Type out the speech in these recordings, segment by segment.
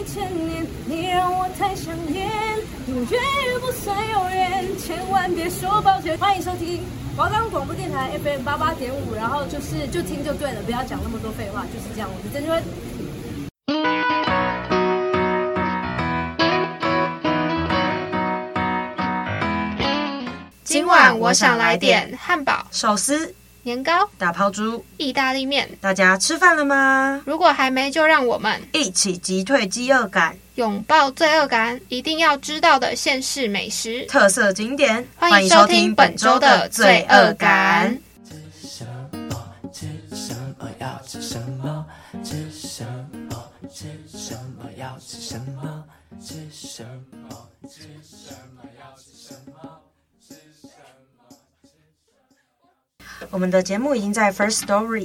千年，你让我太想念，永远也不算永远，千万别说抱歉。欢迎收听华冈广播电台 FM88.5，然后就听就对了，不要讲那么多废话，就是这样。我是郑钧。 今晚我想来点汉堡、 寿司、 年糕、 打抛猪、 意大利面。 大家吃饭了吗？ 如果还没，就让我们一起击退饥饿感， 拥抱罪恶感，一定要知道的县市美食、 特色景点。 欢迎收听本周的罪恶感。 吃什么？吃什么？要吃什么？吃什么？吃什么？要吃什么？吃什么？吃什么？要吃什么？ 我们的节目已经在 First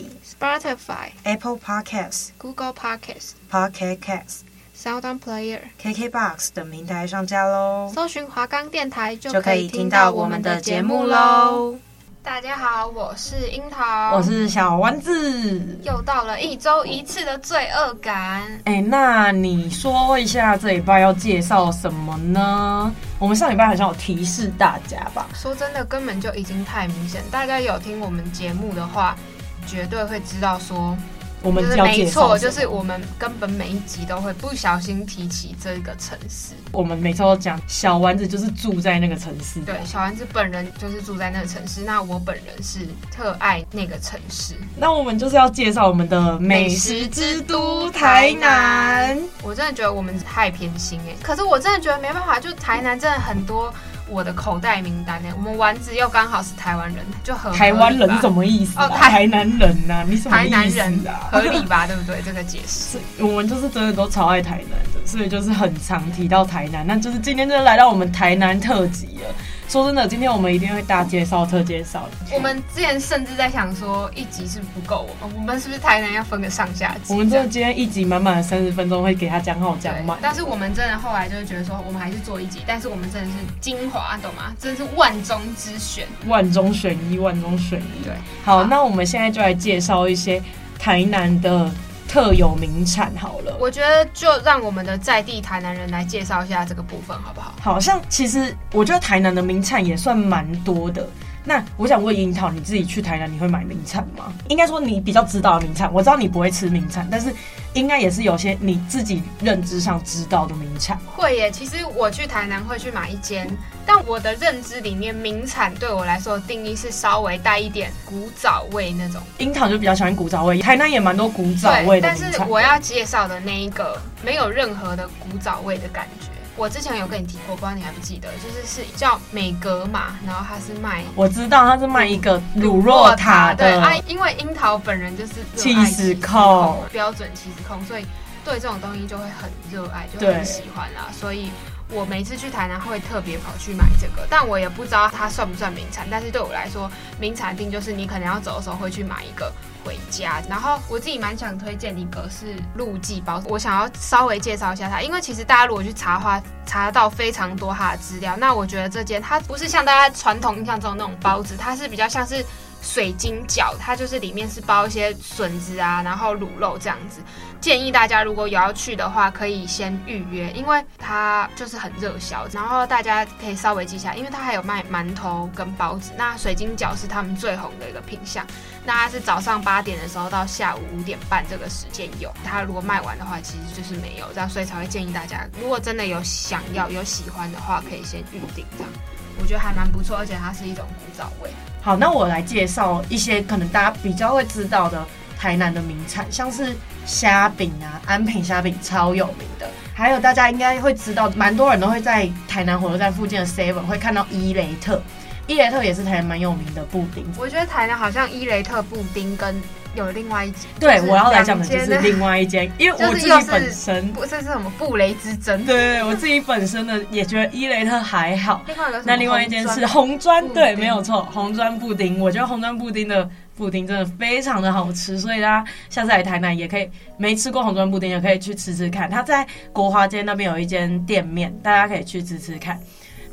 Story、Apple Podcasts、Google Podcasts、Pocket Casts、Sound On Player、KKBox 等平台上架咯， 搜寻华冈电台就可以听到我们的节目咯。 大家好，我是樱桃， 我是小丸子。 又到了一周一次的罪恶感。 那你说一下这礼拜要介绍什么呢？我们上礼拜好像有提示大家吧？ 说真的，根本就已经太明显。大家有听我们节目的话，绝对会知道说， 我们要介绍什么。 没错，就是我们根本每一集都会不小心提起这个城市。 我们每次都讲小丸子就是住在那个城市， 对，小丸子本人就是住在那个城市，那我本人是特爱那个城市。 那我们就是要介绍我们的美食之都台南。 我真的觉得我们太偏心可是我真的觉得没办法，就台南真的很多我的口袋名单我们丸子又刚好是台湾人，就合台湾人是什么意思台南人啊，你什么意思啊？ 台南人合理吧？对不对？这个解释， 我们就是真的都超爱台南的，所以就是很常提到台南。那就是今天就来到我们台南特辑了。说真的，今天我们一定会大介绍、特介绍。 我们之前甚至在想说，一集是不够我们是不是台南要分个上下集？ 我们真的今天一集满满的30分钟会给他讲好讲满。 但是我们真的后来就是觉得说，我们还是做一集，但是我们真的是精华，懂吗？真的是万中之选， 万中选一，万中选一。 对， 好，那我们现在就来介绍一些台南的特有名产好了。 我觉得就让我们的在地台南人来介绍一下这个部分好不好？ 好像其实我觉得台南的名产也算蛮多的。那我想问樱桃，你自己去台南你会买名产吗？应该说你比较知道的名产，我知道你不会吃名产，但是应该也是有些你自己认知上知道的名产。 会耶，其实我去台南会去买一间，但我的认知里面名产对我来说的定义是稍微带一点古早味那种。 樱桃就比较喜欢古早味，台南也蛮多古早味的名产。 但是我要介绍的那一个没有任何的古早味的感觉。我之前有跟你提过，不知道你还不记得，是叫美格玛，然后它是卖， 我知道它是卖一个乳酪塔的， 对因为樱桃本人就是起司控， 标准起司控，所以对这种东西就会很热爱，就很喜欢啦，所以我每次去台南会特别跑去买这个，但我也不知道它算不算名产，但是对我来说，名产定就是你可能要走的时候会去买一个回家。然后我自己蛮想推荐一个是陆记包，我想要稍微介绍一下它，因为其实大家如果去查的话，查得到非常多它的资料。那我觉得这间它不是像大家传统印象中的那种包子，它是比较像是水晶饺，它就是里面是包一些笋子啊，然后卤肉这样子。建议大家如果有要去的话，可以先预约，因为它就是很热销。然后大家可以稍微记一下，因为它还有卖馒头跟包子。那水晶饺是他们最红的一个品项。那它是早上8点的时候到下午5点半这个时间有。它如果卖完的话，其实就是没有这样，所以才会建议大家，如果真的有想要、有喜欢的话，可以先预定这样。我觉得还蛮不错，而且它是一种古早味。 好，那我来介绍一些可能大家比较会知道的台南的名产，像是虾饼啊，安平虾饼超有名的，还有大家应该会知道，蛮多人都会在台南火车站附近的 Seven 会看到伊雷特，伊雷特也是台南蛮有名的布丁。 我觉得台南好像伊雷特布丁跟有另外一间， 对，我要来讲的就是另外一间，因为我自己本身这是什么布雷之争？ 对，我自己本身的也觉得伊雷特还好。另外一间是红砖，对，没有错，红砖布丁。我觉得红砖布丁的布丁真的非常的好吃，所以大家下次来台南也可以，没吃过红砖布丁也可以去吃吃看。它在国华街那边有一间店面，大家可以去吃吃看。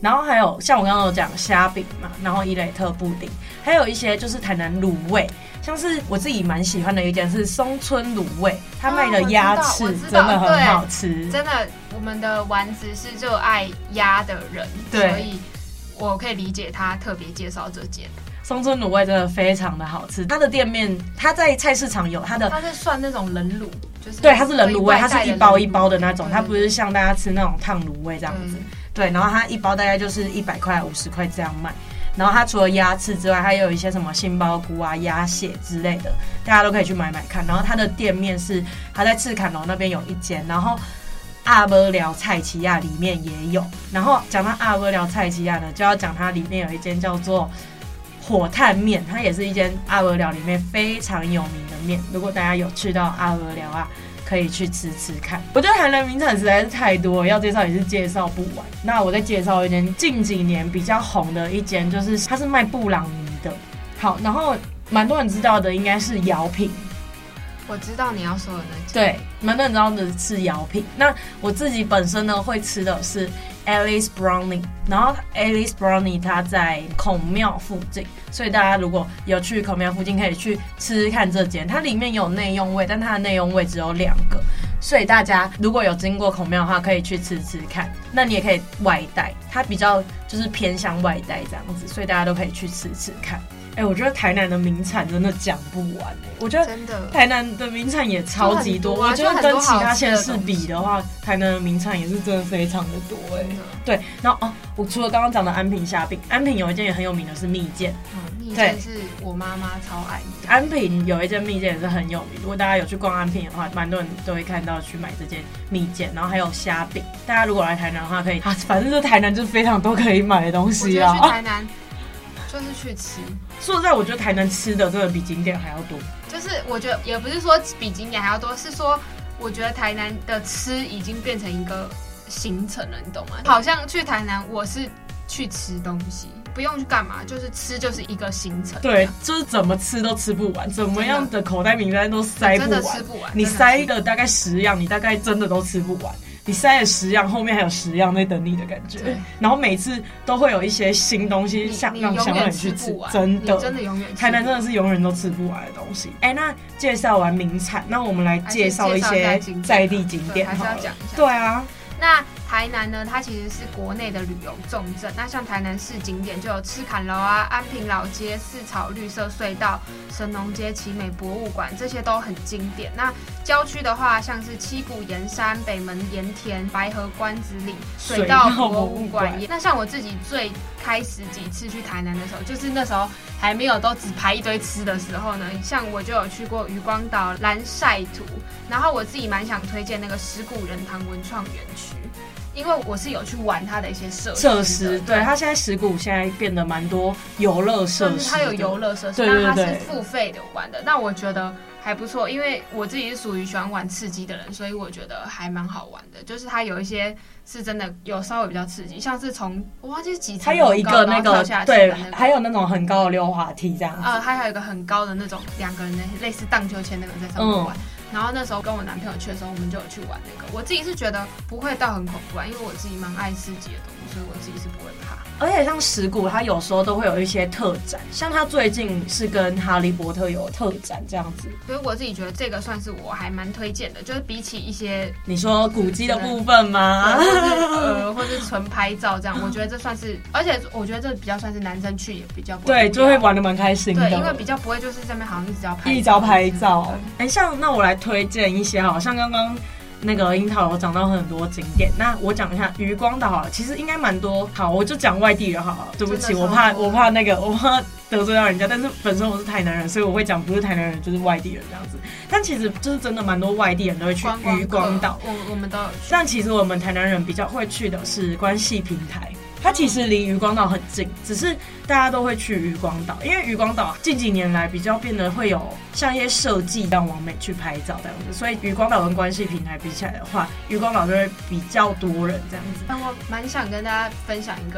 然后还有像我刚刚有讲虾饼嘛，然后伊蕾特布丁，还有一些就是台南卤味，像是我自己蛮喜欢的一间是松村卤味，他卖的鸭翅真的很好吃， 真的，我们的丸子是热爱鸭的人，所以我可以理解他特别介绍这间。 松村卤味真的非常的好吃，它的店面它在菜市场有它的， 它是算那种冷卤，就是对，它是冷卤味，它是一包一包的那种，它不是像大家吃那种烫卤味这样子。对，然后它一包大概就是100块、50块这样卖。然后它除了鸭翅之外，还有一些什么杏鲍菇啊、鸭血之类的，大家都可以去买买看。然后它的店面是它在赤坎楼那边有一间，然后阿波寮菜奇亚里面也有。然后讲到阿波寮菜奇亚呢，就要讲它里面有一间叫做火炭面，它也是一间阿波寮里面非常有名的面。如果大家有去到阿波寮啊，可以去吃吃看。我觉得台南名产实在是太多了，要介绍也是介绍不完。那我再介绍一间近几年比较红的一间，就是它是卖布朗尼的。好，然后蛮多人知道的应该是姚品。 我知道你要说的那间， 对，蛮多人知道的是姚品。那我自己本身呢会吃的是 Alice Brownie， 然后 Alice Brownie 它在孔庙附近，所以大家如果有去孔庙附近，可以去吃吃看这间。它里面有内用味，但它的内用味只有2个，所以大家如果有经过孔庙的话，可以去吃吃看。那你也可以外带，它比较就是偏向外带这样子，所以大家都可以去吃吃看。我觉得台南的名产真的讲不完我觉得真的台南的名产也超级多，我觉得跟其他县市比的话，台南的名产也是真的非常的多对，然后我除了刚刚讲的安平虾饼，安平有一间也很有名的是蜜饯， 蜜饯是我妈妈超爱的。 安平有一间蜜饯也是很有名，如果大家有去逛安平的话，蛮多人都会看到去买这间蜜饯，然后还有虾饼。大家如果来台南的话，可以反正这台南就是非常多可以买的东西啊。 我觉得去台南就是去吃。 说实在，我觉得台南吃的真的比景点还要多。 就是我觉得也不是说比景点还要多，是说我觉得台南的吃已经变成一个行程了，你懂吗？好像去台南我是去吃东西，不用去干嘛，就是吃就是一个行程。 对，就是怎么吃都吃不完，怎么样的口袋名单都塞不完， 真的吃不完。 你塞的大概10样，你大概真的都吃不完。你塞了10样，后面还有10样在等你的感觉。然后每次都会有一些新东西让你去吃，真的永远台南真的是永远都吃不完的东西。那介绍完名产，那我们来介绍一些在地景点好了。 还是要讲一下。 对啊。 那台南呢，它其实是国内的旅游重镇。那像台南市景点就有赤坎楼啊、安平老街、四草绿色隧道、神农街、奇美博物馆，这些都很经典。那郊区的话，像是七股盐山、北门盐田、白河关子岭、水稻博物馆。那像我自己最开始几次去台南的时候，就是那时候还没有都只排一堆吃的时候呢，像我就有去过渔光岛、蓝晒图，然后我自己蛮想推荐那个石鼓人堂文创园区。因为我是有去玩它的一些设施， 对，它现在石鼓现在变得蛮多游乐设施， 它有游乐设施，那它是付费的玩的，那我觉得还不错，因为我自己是属于喜欢玩刺激的人，所以我觉得还蛮好玩的。就是它有一些是真的有稍微比较刺激，像是从我忘记是几层， 它有一个那个对，还有那种很高的溜滑梯这样子， 还有一个很高的那种2个人的类似荡秋千那个在上面玩。然后那时候跟我男朋友去的时候，我们就有去玩那个。我自己是觉得不会到很恐怖因为我自己蛮爱刺激的东西，所以我自己是不会怕。 而且像石鼓，它有时候都会有一些特展，像它最近是跟哈利波特有特展这样子。 所以我自己觉得这个算是我还蛮推荐的，就是比起一些你说古迹的部分吗？ 或是纯拍照这样，我觉得这算是，而且我觉得这比较算是男生去也比较不对，就会玩得蛮开心的。 对，因为比较不会就是这边好像一直要拍照。像那我来推荐一些，好像刚刚那个樱桃有讲到很多景点，那我讲一下渔光岛好了，其实应该蛮多。好，我就讲外地人好了，对不起，我怕得罪到人家，但是本身我是台南人，所以我会讲不是台南人就是外地人这样子。但其实就是真的蛮多外地人都会去渔光岛， 我们都有去。 但其实我们台南人比较会去的是关系平台。它其实离渔光岛很近，只是大家都会去渔光岛，因为渔光岛近几年来比较变得会有像一些设计让网美去拍照这样子，所以渔光岛跟关系平台比起来的话，渔光岛就会比较多人这样子。 但我蛮想跟大家分享一个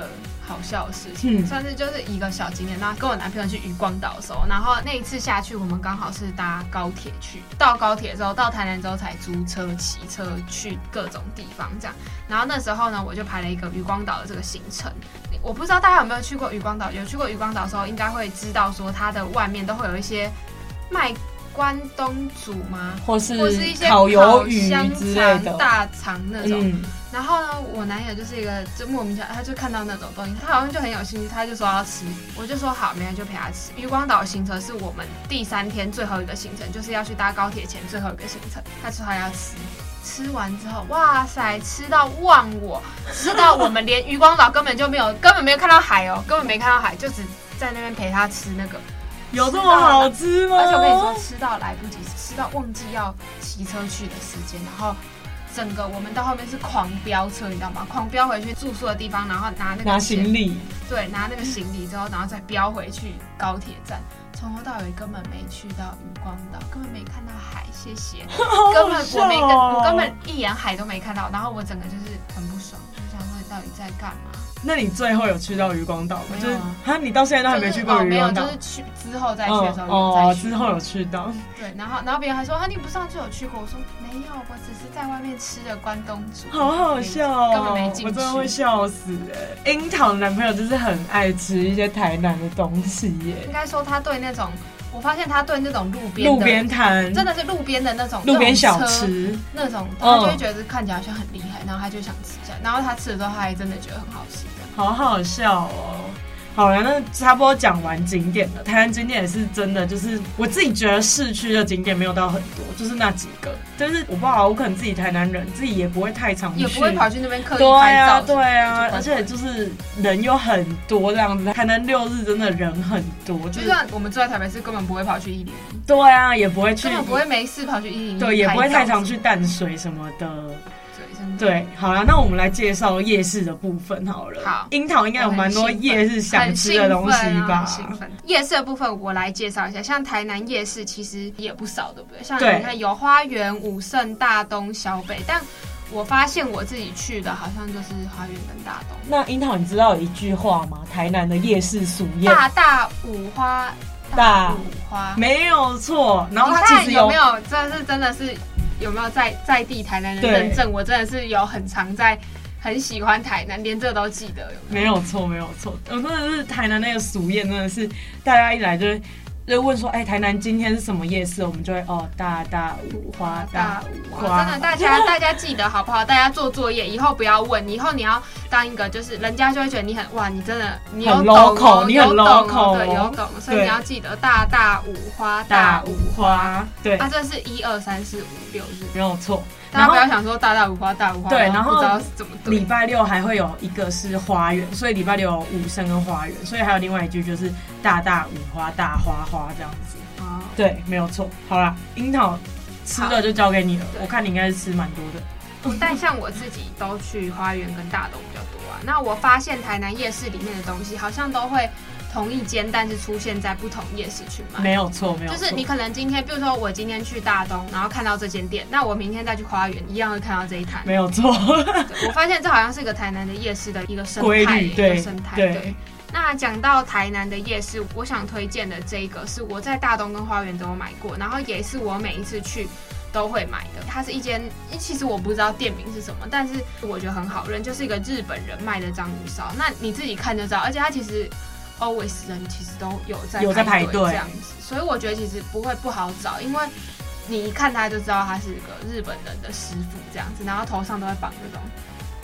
好笑的事情，算是就是一个小景点。然后跟我男朋友去渔光岛的时候，然后那一次下去，我们刚好是搭高铁去，到高铁之后到台南之后才租车骑车去各种地方这样。然后那时候呢，我就排了一个渔光岛的这个行程。我不知道大家有没有去过渔光岛，有去过渔光岛的时候，应该会知道说它的外面都会有一些卖关东煮吗？或是一些烤鱿鱼之类的大肠那种。然后呢，我男友就是一个就莫名其妙，他就看到那种东西，他好像就很有兴趣，他就说要吃，我就说好，没人就陪他吃。渔光岛的行程是我们第3天最后一个行程，就是要去搭高铁前最后一个行程。他说他要吃，吃完之后，哇塞，吃到忘我，吃到我们连渔光岛根本没有看到海哦，根本没看到海，就只在那边陪他吃那个。 有这么好吃吗？ 而且我跟你说，吃到来不及，吃到忘记要骑车去的时间，然后整个我们到后面是狂飙车，你知道吗？狂飙回去住宿的地方，然后拿行李， 对，拿那个行李之后，然后再飙回去高铁站，从头到尾根本没去到渔光岛，根本没看到海，谢谢，我根本一眼海都没看到，然后我整个就是很不爽，就想说你到底在干嘛？ 那你最后有去到渔光岛吗？就是你到现在都还没去过渔光岛？ 没有，就是去之后再去的时候有再去。 之后有去到。对， 然后别人还说你不上次有去过？我说没有，我只是在外面吃的关东煮。 好好笑哦， 根本没进去， 我真的会笑死哎！樱桃的男朋友就是很爱吃一些台南的东西耶。 应该说他对那种。我发现他对那种路边摊， 真的是路边的那种路边小吃那种，他就会觉得看起来好像很厉害，然后他就想吃一下，然后他吃了之后，他还真的觉得很好吃， 好好笑哦。好了，那差不多讲完景点了。台南景点也是真的，就是我自己觉得市区的景点没有到很多，就是那几个。但是我不好，我可能自己台南人，自己也不会太常去， 也不会跑去那边刻意拍照。 对啊，而且就是人有很多这样子。台南6日真的人很多， 就算我们住在台北市，根本不会跑去101。 对啊，也不会去， 根本不会没事跑去101。 对，也不会太常去淡水什么的。对，好了，那我们来介绍夜市的部分好了。 好， 樱桃应该有蛮多夜市想吃的东西吧？ 很兴奋。夜市的部分我来介绍一下，像台南夜市其实也不少，对不对？像你看有花园、武圣、大东、小北，但我发现我自己去的好像就是花园跟大东。 那樱桃，你知道有一句话吗？台南的夜市俗谚： 大五花，大五花， 没有错。然后它其实有没有？真的是。有没有在地台南人认证？我真的是有很常在很喜欢台南，连这都记得。 没有错，没有错。我真的是台南那个俗谚，真的是大家一来就问说，台南今天是什么夜市？我们就会大五花，大五花。 真的，大家记得好不好？大家做作业，以后不要问，以后你要当一个，就是人家就会觉得你很哇，你真的你有懂哦， 你很 local， 对，有懂，所以你要记得大五花， 大五花，对， 这是1、2、3、4、5、6日， 没有错。 大家不要想说大五花，对， 然后不知道是怎么对。 礼拜6还会有一个是花园，所以礼拜6有武圣跟花园，所以还有另外一句就是大五花，大花花这样子。对，没有错。好啦，樱桃吃的就交给你了，我看你应该是吃蛮多的。 但像我自己都去花园跟大东比较多啊。那我发现台南夜市里面的东西好像都会同一间，但是出现在不同夜市去买。 没有错，没有错。 就是你可能今天，比如说我今天去大东，然后看到这间店，那我明天再去花园，一样会看到这一摊。 没有错。 我发现这好像是一个台南的夜市的一个生态，一个生态。对。那讲到台南的夜市，我想推荐的这个是我在大东跟花园都有买过，然后也是我每一次去都会买的。它是一间，其实我不知道店名是什么，但是我觉得很好认，就是一个日本人卖的章鱼烧。那你自己看就知道，而且它其实 always 人其实都有在排队这样子，所以我觉得其实不会不好找，因为你一看他就知道他是个日本人的师傅这样子，然后头上都会绑那种。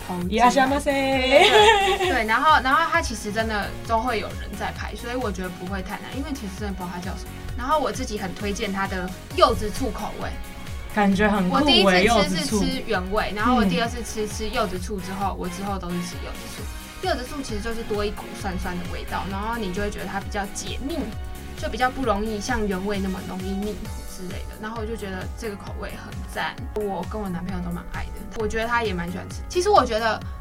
对，然后它其实真的都会有人在排，所以我觉得不会太难，因为其实真的不知道它叫什么。然后我自己很推荐它的柚子醋口味， 感觉很酷。 我第一次吃是吃原味，然后我第二次吃柚子醋之后，我之后都是吃柚子醋。柚子醋其实就是多一股酸酸的味道，然后你就会觉得它比较解腻，就比较不容易像原味那么容易腻之类的。然后我就觉得这个口味很赞，我跟我男朋友都蛮爱的。我觉得他也蛮喜欢吃。其实我觉得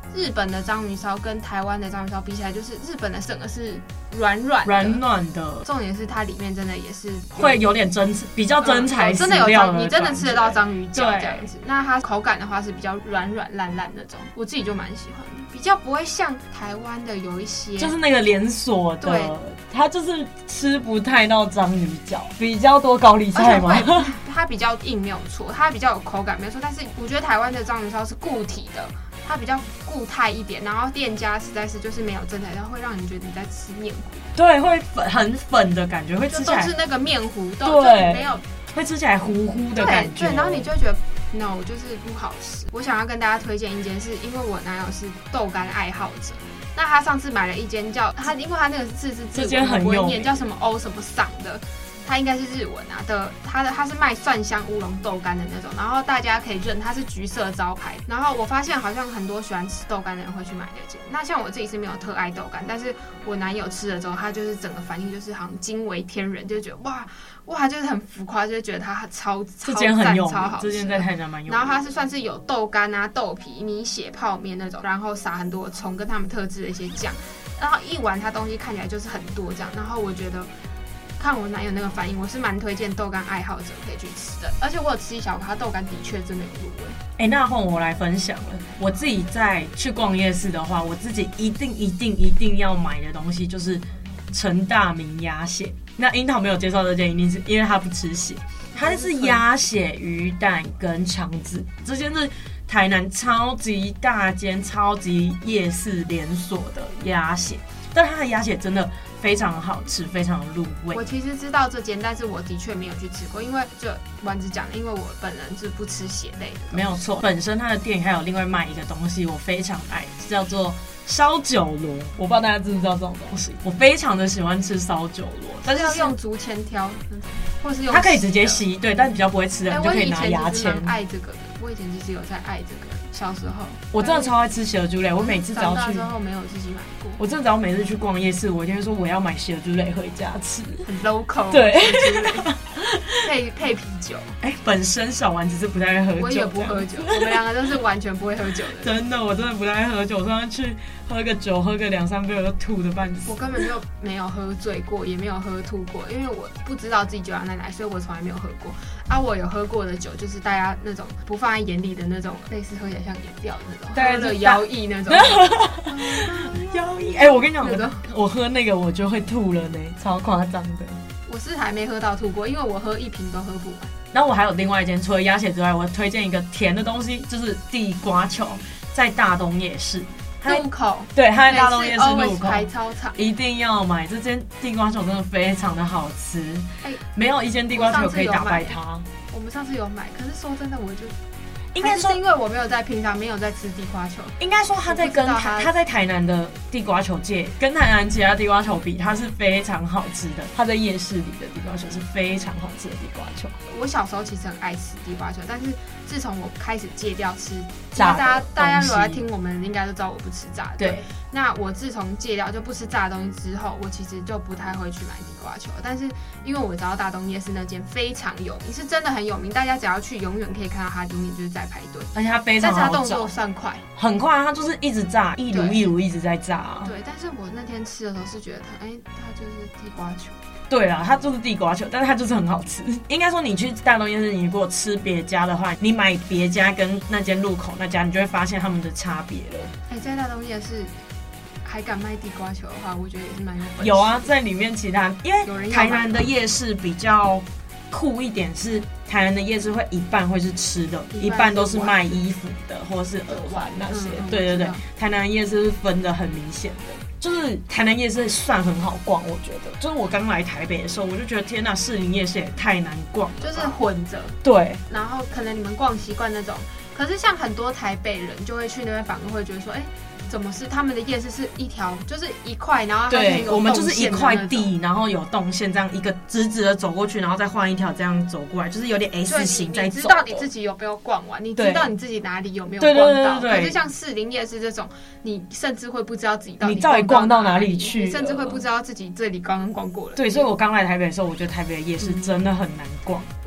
日本的章鱼烧跟台湾的章鱼烧比起来，就是日本的整个是软软的， 重点是它里面真的也是会有点比较真材实料的真的有你真的吃得到章鱼脚这样子。那它口感的话是比较软烂那种，我自己就蛮喜欢的，比较不会像台湾的有一些就是那个连锁的，它就是吃不太到章鱼脚，比较多高丽菜嘛。 它比较硬没有错，它比较有口感没有错，但是我觉得台湾的章鱼烧是固体的。它比较固态一点，然后店家实在是就是没有真材，然后会让你觉得你在吃面糊， 对，会很粉的感觉，会吃起来都是那个面糊，对，没有会吃起来糊糊的感觉， 对，然后你就会觉得 no 就是不好吃。我想要跟大家推荐一间，是因为我男友是豆干爱好者，那他上次买了一间叫他，因为他那个字这间很有名， 叫什么欧什么赏的。它应该是日文啊的，它是卖蒜香乌龙豆干的那种，然后大家可以认它是橘色招牌。然后我发现好像很多喜欢吃豆干的人会去买那间。那像我自己是没有特爱豆干，但是我男友吃了之后，他就是整个反应就是好像惊为天人，就觉得哇，就是很浮夸，就觉得它超赞超好吃。 这间在台南蛮有名。 然后它是算是有豆干啊、豆皮、米血泡面那种，然后撒很多葱跟他们特制的一些酱，然后一碗它东西看起来就是很多这样。然后我觉得。看我男友那个反应，我是蛮推荐豆干爱好者可以去吃的，而且我有吃一小口，它豆干的确真的有入味。 那换我来分享了。我自己在去逛夜市的话，我自己一定要买的东西就是陈大明鸭血。那樱桃没有介绍这件，一定是因为他不吃血，它是鸭血、鱼蛋跟肠子。这间是台南超级大间、超级夜市连锁的鸭血，但它的鸭血真的非常好吃，非常入味。 我其实知道这间，但是我的确没有去吃过，因为就丸子讲的，因为我本人是不吃血类的。 没有错，本身它的店还有另外卖一个东西，我非常爱，叫做烧酒螺。我不知道大家知不知道这种东西，我非常的喜欢吃烧酒螺，但是要用竹签挑那种，或是用它可以直接吸，对，但比较不会吃的你就可以拿牙签。 我以前爱这个的，我以前其实有在爱这个。小时候， 我真的超爱吃血猪类，我每次只要去， 长大之后没有自己买过。 我真的只要每次去逛夜市，我一定会说我要买血猪类回家吃， 很 local。 对， 配啤酒。 本身小丸子是不太会喝酒， 我也不喝酒，我们两个都是完全不会喝酒的。 真的，我真的不太爱喝酒，上次去喝个酒，喝个2-3杯我就吐的半死。 我根本就没有喝醉过，也没有喝吐过，因为我不知道自己酒量在哪，所以我从来没有喝过。我有喝过的酒，就是大家那种不放在眼里的那种，类似喝起来像饮料的那种，喝了摇曳那种。 摇曳，我跟你讲，我喝那个我就会吐了呢，超夸张的。 我是还没喝到吐过，因为我喝一瓶都喝不完。 然后我还有另外一间，除了鸭血之外，我推荐一个甜的东西，就是地瓜球，在大东夜市入口。 对，它在大东夜市入口排超长， 一定要买这间地瓜球，真的非常的好吃。没有一间地瓜球可以打败它。 我们上次有买，可是说真的，我就应该说， 因为我没有在平常没有在吃地瓜球。 应该说他在跟他在台南的地瓜球界，跟台南其他地瓜球比，它是非常好吃的。他在夜市里的地瓜球是非常好吃的地瓜球。 我小时候其实很爱吃地瓜球，但是自从我开始戒掉吃炸的， 大家如果来听我们应该都知道我不吃炸的。 对。 那我自从戒掉就不吃炸的东西之后，我其实就不太会去买地瓜球。但是因为我知道大东夜市那间非常有名，是真的很有名，大家只要去永远可以看到它里面就是在排队， 而且它非常好找， 但是它动作算快， 很快，它就是一直炸，一炉一直在炸。 对，但是我那天吃的时候是觉得它就是地瓜球。 对啦，它就是地瓜球，但是它就是很好吃。应该说，你去大东夜市，你如果吃别家的话，你买别家跟那间入口那家，你就会发现他们的差别了。 在大东夜市还敢卖地瓜球的话，我觉得也是蛮有本事。 有啊，在里面其他，因为台南的夜市比较酷一点，是台南的夜市会一半会是吃的，一半都是卖衣服的或是耳环那些。对，台南夜市是分得很明显的。就是台南夜市算很好逛，我觉得。就是我刚来台北的时候，我就觉得天哪，士林夜市也太难逛了， 就是混着。 对。然后可能你们逛习惯那种，可是像很多台北人就会去那边，反而会觉得说，怎么是他们的夜市是一条，就是一块，然后对，我们就是一块地，然后有动线，这样一个直直的走过去，然后再换一条这样走过来，就是有点 S 型在走。 你知道你自己有没有逛完？你知道你自己哪里有没有逛到？可是像士林夜市这种，你甚至会不知道自己到底逛到哪里去， 你甚至会不知道自己这里刚刚逛过了。 对，所以我刚来台北的时候，我觉得台北的夜市真的很难逛。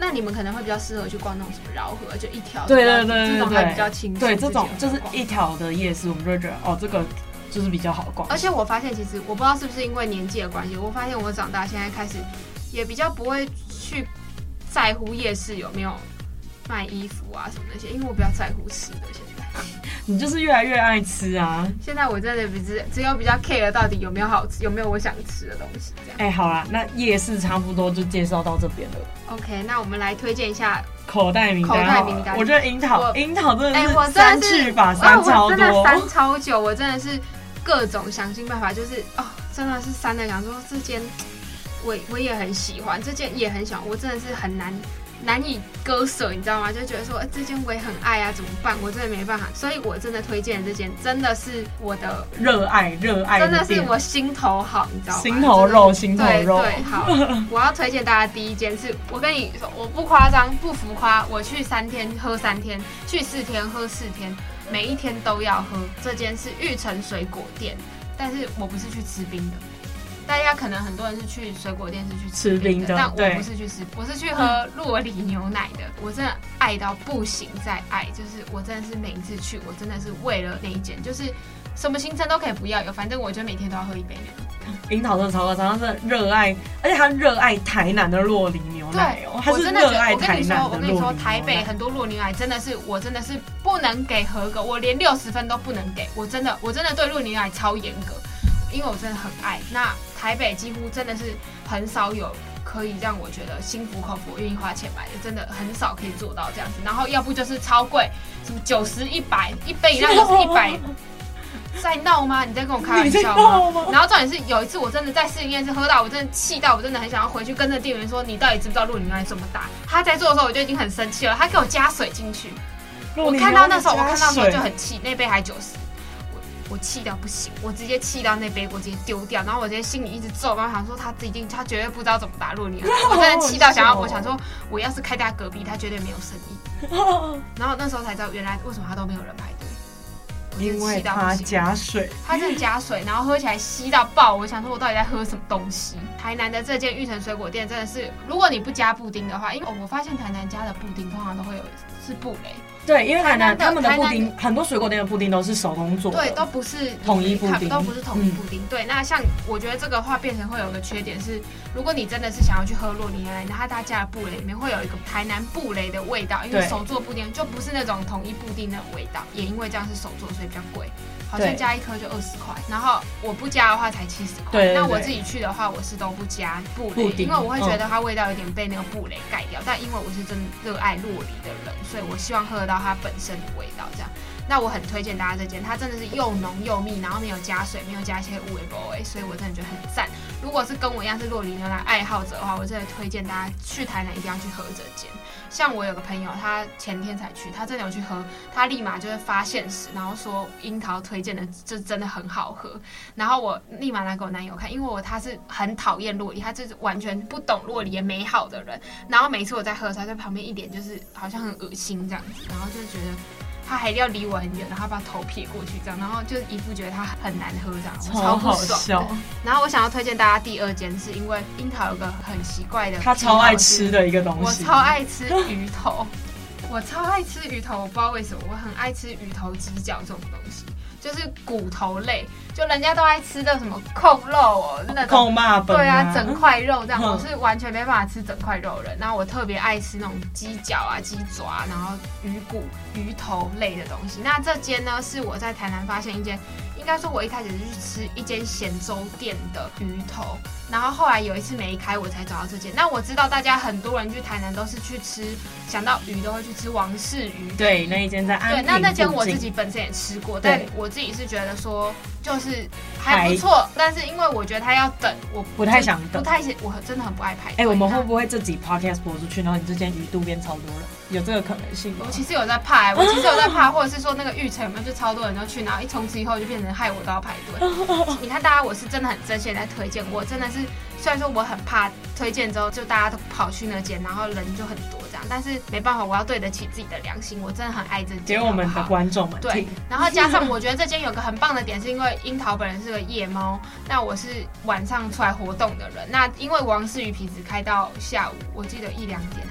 那你们可能会比较适合去逛那种什么饶河，就一条， 对， 这种还比较轻松。 对，这种就是一条的夜市，我们就会觉得哦，这个就是比较好逛。 而且我发现，其实我不知道是不是因为年纪的关系，我发现我长大现在开始也比较不会去在乎夜市有没有卖衣服啊什么那些，因为我比较在乎吃的。现在你就是越来越爱吃啊！ 现在我真的只有比较 care 到底有没有好吃，有没有我想吃的东西这样。 好啦，那夜市差不多就介绍到这边了。 OK， 那我们来推荐一下口袋名单。我觉得樱桃真的是删去法删超多， 我真的删超久，我真的是各种想尽办法，就是真的是删的想说这间我也很喜欢，这件也很喜欢，我真的是很难以割舍，你知道吗？就觉得说，这件我也很爱啊，怎么办？我真的没办法，所以我真的推荐这件，真的是我的热爱，真的是我心头好，你知道吗？ 心头肉，心头肉。 对，好，我要推荐大家第一间是，我跟你说，我不夸张，不浮夸，我去3天喝3天，去4天喝4天，每一天都要喝。这间是玉成水果店，但是我不是去吃冰的。大家可能很多人是去水果店是去吃冰的，但我不是去吃，我是去喝酪梨牛奶的。我真的爱到不行再爱，就是我真的是每一次去，我真的是为了那一间，就是什么行程都可以不要有，反正我就每天都要喝一杯那个。 樱桃真的超高，他是热爱，而且他热爱台南的酪梨牛奶哦，他是热爱台南的酪梨牛奶。 我跟你说，台北很多酪梨牛奶真的是，我真的是不能给合格，我连60分都不能给，我真的对酪梨牛奶超严格。因为我真的很爱，那台北几乎真的是很少有可以让我觉得心服口服、我愿意花钱买的，真的很少可以做到这样子。然后要不就是超贵，什么90、100，一杯饮料就是100，在闹吗？你在跟我开玩笑吗？然后重点是有一次我真的在试营业室喝到，我真的气到，我真的很想要回去跟那店员说，你到底知不知道酪梨牛奶怎么打？他在做的时候我就已经很生气了，他给我加水进去，我看到那时候就很气，那杯还90。我气到不行，我直接气到那杯我直接丢掉，然后我直接心里一直咒，然后想说他绝对不知道怎么打酪梨牛奶，我真的气到我想说我要是开在隔壁，他绝对没有生意。然后那时候才知道原来为什么他都没有人排队， 因为他加水， 他真的加水，然后喝起来稀到爆。我想说我到底在喝什么东西？台南的这间玉成水果店真的是，如果你不加布丁的话，因为我发现台南家的布丁通常都会有是布雷。 对，因为台南他们的布丁，很多水果店的布丁都是手工做的， 对，都不是统一布丁， 都不是统一布丁。对，那像我觉得这个话变成会有个缺点是，如果你真的是想要去喝酪梨牛奶，那他家的布雷里面会有一个台南布雷的味道，因为手做布丁就不是那种统一布丁的味道，也因为这样是手做，所以比较贵。好像加1颗就20块，然后我不加的话才70块。 对， 那我自己去的话，我是都不加布雷，因为我会觉得它味道有点被那个布雷盖掉。但因为我是真的热爱酪梨的人，所以我希望喝得到它本身的味道。这样，那我很推荐大家这间，它真的是又浓又密，然后没有加水，没有加一些无味不味，所以我真的觉得很赞。如果是跟我一样是酪梨牛奶爱好者的话，我真的推荐大家去台南一定要去喝这间。像我有个朋友，他前天才去，他真的有去喝，他立马就会发现时，然后说樱桃推荐的这真的很好喝，然后我立马拿给我男友看，因为他是很讨厌酪梨，他就是完全不懂酪梨的美好的人，然后每次我在喝的时候，在旁边一脸就是好像很恶心这样子，然后就觉得他还要离我很远，然后把头撇过去这样，然后就一副觉得他很难喝这样，我超不爽的。然后我想要推荐大家第2间，是因为樱桃有个很奇怪的， 他超爱吃的一个东西， 我超爱吃鱼头，我超爱吃鱼头，我不知道为什么，我很爱吃鱼头鸡脚这种东西。就是骨头类，就人家都爱吃的什么控肉哦，那种对啊，整块肉这样，我是完全没办法吃整块肉的人。然后我特别爱吃那种鸡脚啊、鸡爪，然后鱼骨、鱼头类的东西。那这间呢，是我在台南发现一间，应该说我一开始是去吃一间咸粥店的鱼头，然后后来有一次没开，我才找到这间。那我知道大家很多人去台南都是去吃，想到鱼都会去吃王氏鱼， 对，那一间在安平。 对，那间我自己本身也吃过，但我自己是觉得说就是还不错，但是因为我觉得他要等，我不太想等， 我真的很不爱排队。 我们会不会这集 podcast 播出去，然后你这间鱼肚变超多人？有这个可能性吗？ 我其实有在怕，或者是说那个玉成有没有就超多人都去，然后一从此以后就变成害我都要排队。你看大家，我是真的很真心在推荐，我真的是虽然说我很怕推荐之后就大家都跑去那间，然后人就很多这样，但是没办法，我要对得起自己的良心，我真的很爱这间。 给我们的观众们听。 对，然后加上我觉得这间有个很棒的点，是因为樱桃本人是个夜猫，那我是晚上出来活动的人，那因为王氏鱼皮只开到下午，我记得1-2点还是什么，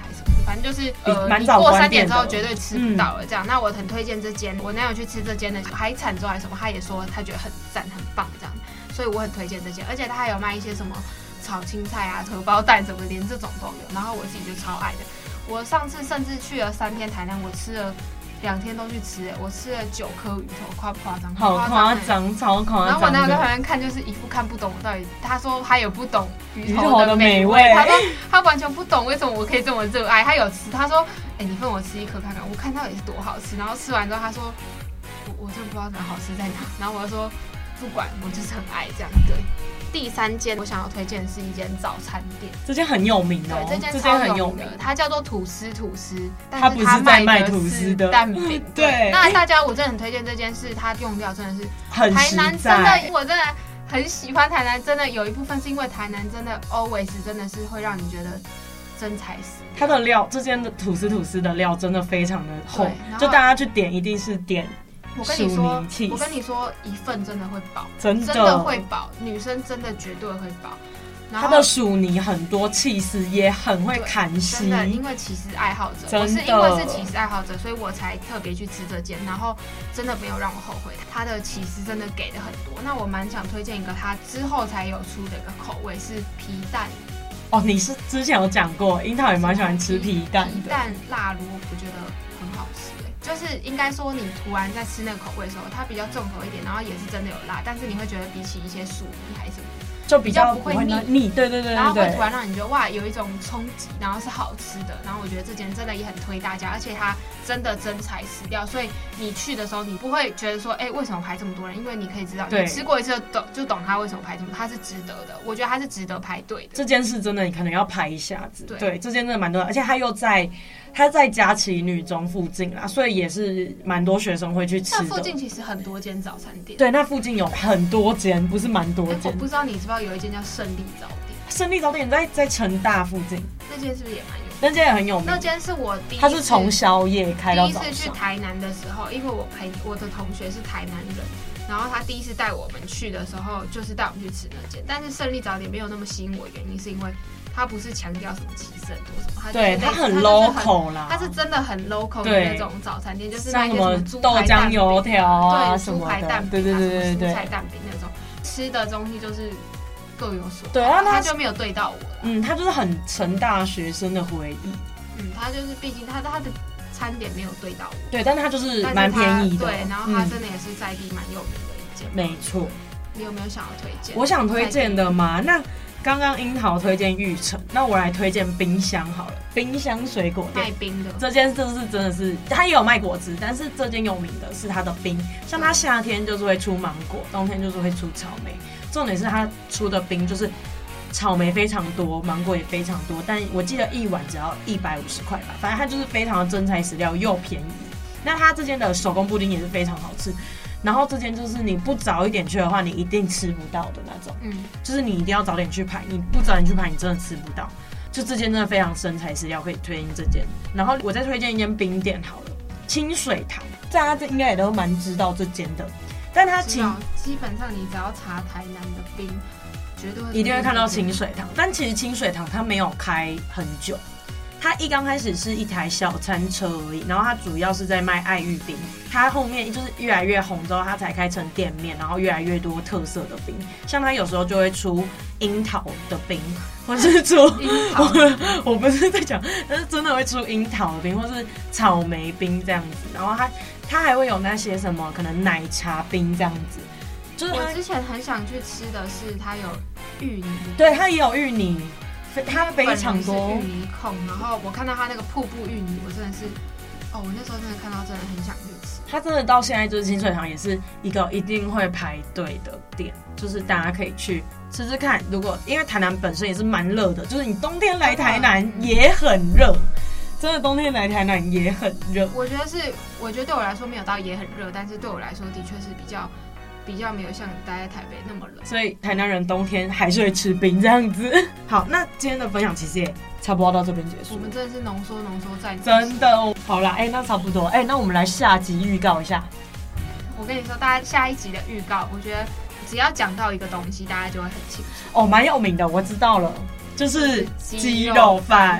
反正就是蛮早你过3 关店的点之后绝对吃不到了这样。那我很推荐这间，我男友去吃这间的海产粥还是什么，他也说他觉得很赞很棒这样，所以我很推荐这间，而且他还有卖一些什么炒青菜啊、荷包蛋什么，连这种都有。然后我自己就超爱的。我上次甚至去了3天台南，我吃了2天都去吃，我吃了9颗鱼头，夸不夸张？ 好夸张，超夸张。 然后我男友在旁边看，就是一副看不懂我到底。他说他有不懂鱼头头的美味， 他说他完全不懂为什么我可以这么热爱。他有吃，他说：“哎，你分我吃1颗看看。”我看到底是多好吃。然后吃完之后，他说：“我真的不知道哪好吃在哪。”然后我就说：“不管，我就是很爱这样。”对。第3间我想要推荐的是一间早餐店， 这间很有名哦， 对，这间超有名的，它叫做吐司，但它不是在卖吐司的蛋饼。 对， 那大家我真的很推荐这件事，它用料真的是很台南真的，我真的很喜欢台南，真的有一部分是因为台南真的 always 真的是会让你觉得真材实料。 它的料，这间的吐司的料真的非常的厚，就大家去点一定是点。 我跟你说，一份真的会饱，真的会饱，女生真的绝对会饱。 它的薯泥很多，起司也很会砍稀。 真的，因为起司爱好者，我是因为是起司爱好者，所以我才特别去吃这间，然后真的没有让我后悔。它的起司真的给的很多。那我蛮想推荐一个，它之后才有出的一个口味是皮蛋。 哦，你是之前有讲过，樱桃也蛮喜欢吃皮蛋的。 皮蛋辣卤，我觉得很好吃。就是应该说，你突然在吃那个口味的时候，它比较重口一点，然后也是真的有辣，但是你会觉得比起一些薯泥还是什么， 就比较不会腻。对， 然后会突然让你觉得哇，有一种冲击，然后是好吃的。然后我觉得这间真的也很推大家，而且它真的真材实料，所以你去的时候你不会觉得说，哎，为什么排这么多人？因为你可以知道，你吃过一次就懂它为什么排这么多，它是值得的。我觉得它是值得排队的。 这件事真的你可能要排一下子。对，这间真的蛮多的，而且它在佳琪女中附近啦，所以也是蛮多学生会去吃的。 那附近其实很多间早餐店。 对，那附近有很多间，不是蛮多间。 我不知道你知不知道有一间叫胜利早点。 胜利早点在成大附近。 那间是不是也蛮有名？ 那间也很有名。 那间是我它是从宵夜开到早上。 第一次去台南的时候，因为我的同学是台南人，然后他第一次带我们去的时候，就是带我们去吃那间。但是胜利早点没有那么吸引我，原因是因为它不是强调什么起司很多什么， 对，它很 local 啦， 它是真的很 local 的那种早餐店，就是那些什么猪豆浆油条啊什么的，猪排蛋饼啊，什么蔬菜蛋饼那种，吃的东西就是各有所好。 对啊， 他就没有对到我。 他就是很成大学生的回忆。 他就是毕竟他的餐点没有对到我。 对，但是他就是蛮便宜的。 对，然后他真的也是在地蛮有名的一间。 没错。 你有没有想要推荐？ 我想推荐的嘛，那刚刚樱桃推荐玉成，那我来推荐冰箱好了。冰箱水果店卖冰的， 这间真的是，它也有卖果汁，但是这间有名的是它的冰。像它夏天就是会出芒果，冬天就是会出草莓。重点是它出的冰就是草莓非常多，芒果也非常多，但我记得一碗只要150块吧，反正它就是非常的真材实料又便宜。那它这间的手工布丁也是非常好吃。然后这间就是你不早一点去的话，你一定吃不到的那种。就是你一定要早点去排，你不早点去排，你真的吃不到。就这间真的非常真材实料，可以推荐这间。然后我再推荐一间冰店好了，清水堂，大家应该也都蛮知道这间的。但它基本上你只要查台南的冰，绝对会一定会看到清水堂。但其实清水堂它没有开很久。它一刚开始是一台小餐车而已，然后它主要是在卖爱玉冰，它后面就是越来越红之后，它才开成店面，然后越来越多特色的冰，像它有时候就会出樱桃的冰，或是出我不是在讲，但是真的会出樱桃的冰，或是草莓冰这样子，然后它还会有那些什么可能奶茶冰这样子。 就是我之前很想去吃的是它有芋泥， 对，它也有芋泥。它非常多芋泥控，然后我看到它那个瀑布芋泥，我真的是，我那时候真的看到，真的很想去吃。 它真的到现在就是清水堂也是一个一定会排队的店，就是大家可以去吃吃看。如果因为台南本身也是蛮热的，就是你冬天来台南也很热，真的冬天来台南也很热。 我觉得对我来说没有到也很热，但是对我来说的确是比较没有像待在台北那么冷， 所以台南人冬天还是会吃冰这样子。好，那今天的分享其实也差不多到这边结束。 我们真的是浓缩在真的好啦，那差不多，那我们来下集预告一下。 我跟你说，大家下一集的预告，我觉得只要讲到一个东西，大家就会很清楚。 蛮有名的，我知道了，就是鸡肉饭。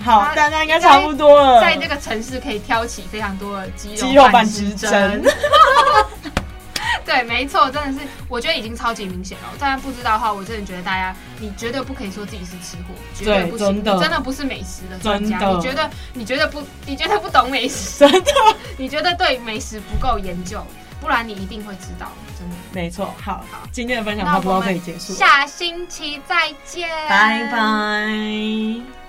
好，大家应该差不多了。 在这个城市可以挑起非常多的鸡肉饭之争。 对，没错，真的是，我觉得已经超级明显了。大家不知道的话，我真的觉得大家，你绝对不可以说自己是吃货，绝对不行，真的不是美食的专家。你觉得不懂美食， 真的， 你觉得对美食不够研究，不然你一定会知道，真的。 没错，好，今天的分享差不多可以结束， 下星期再见， 拜拜。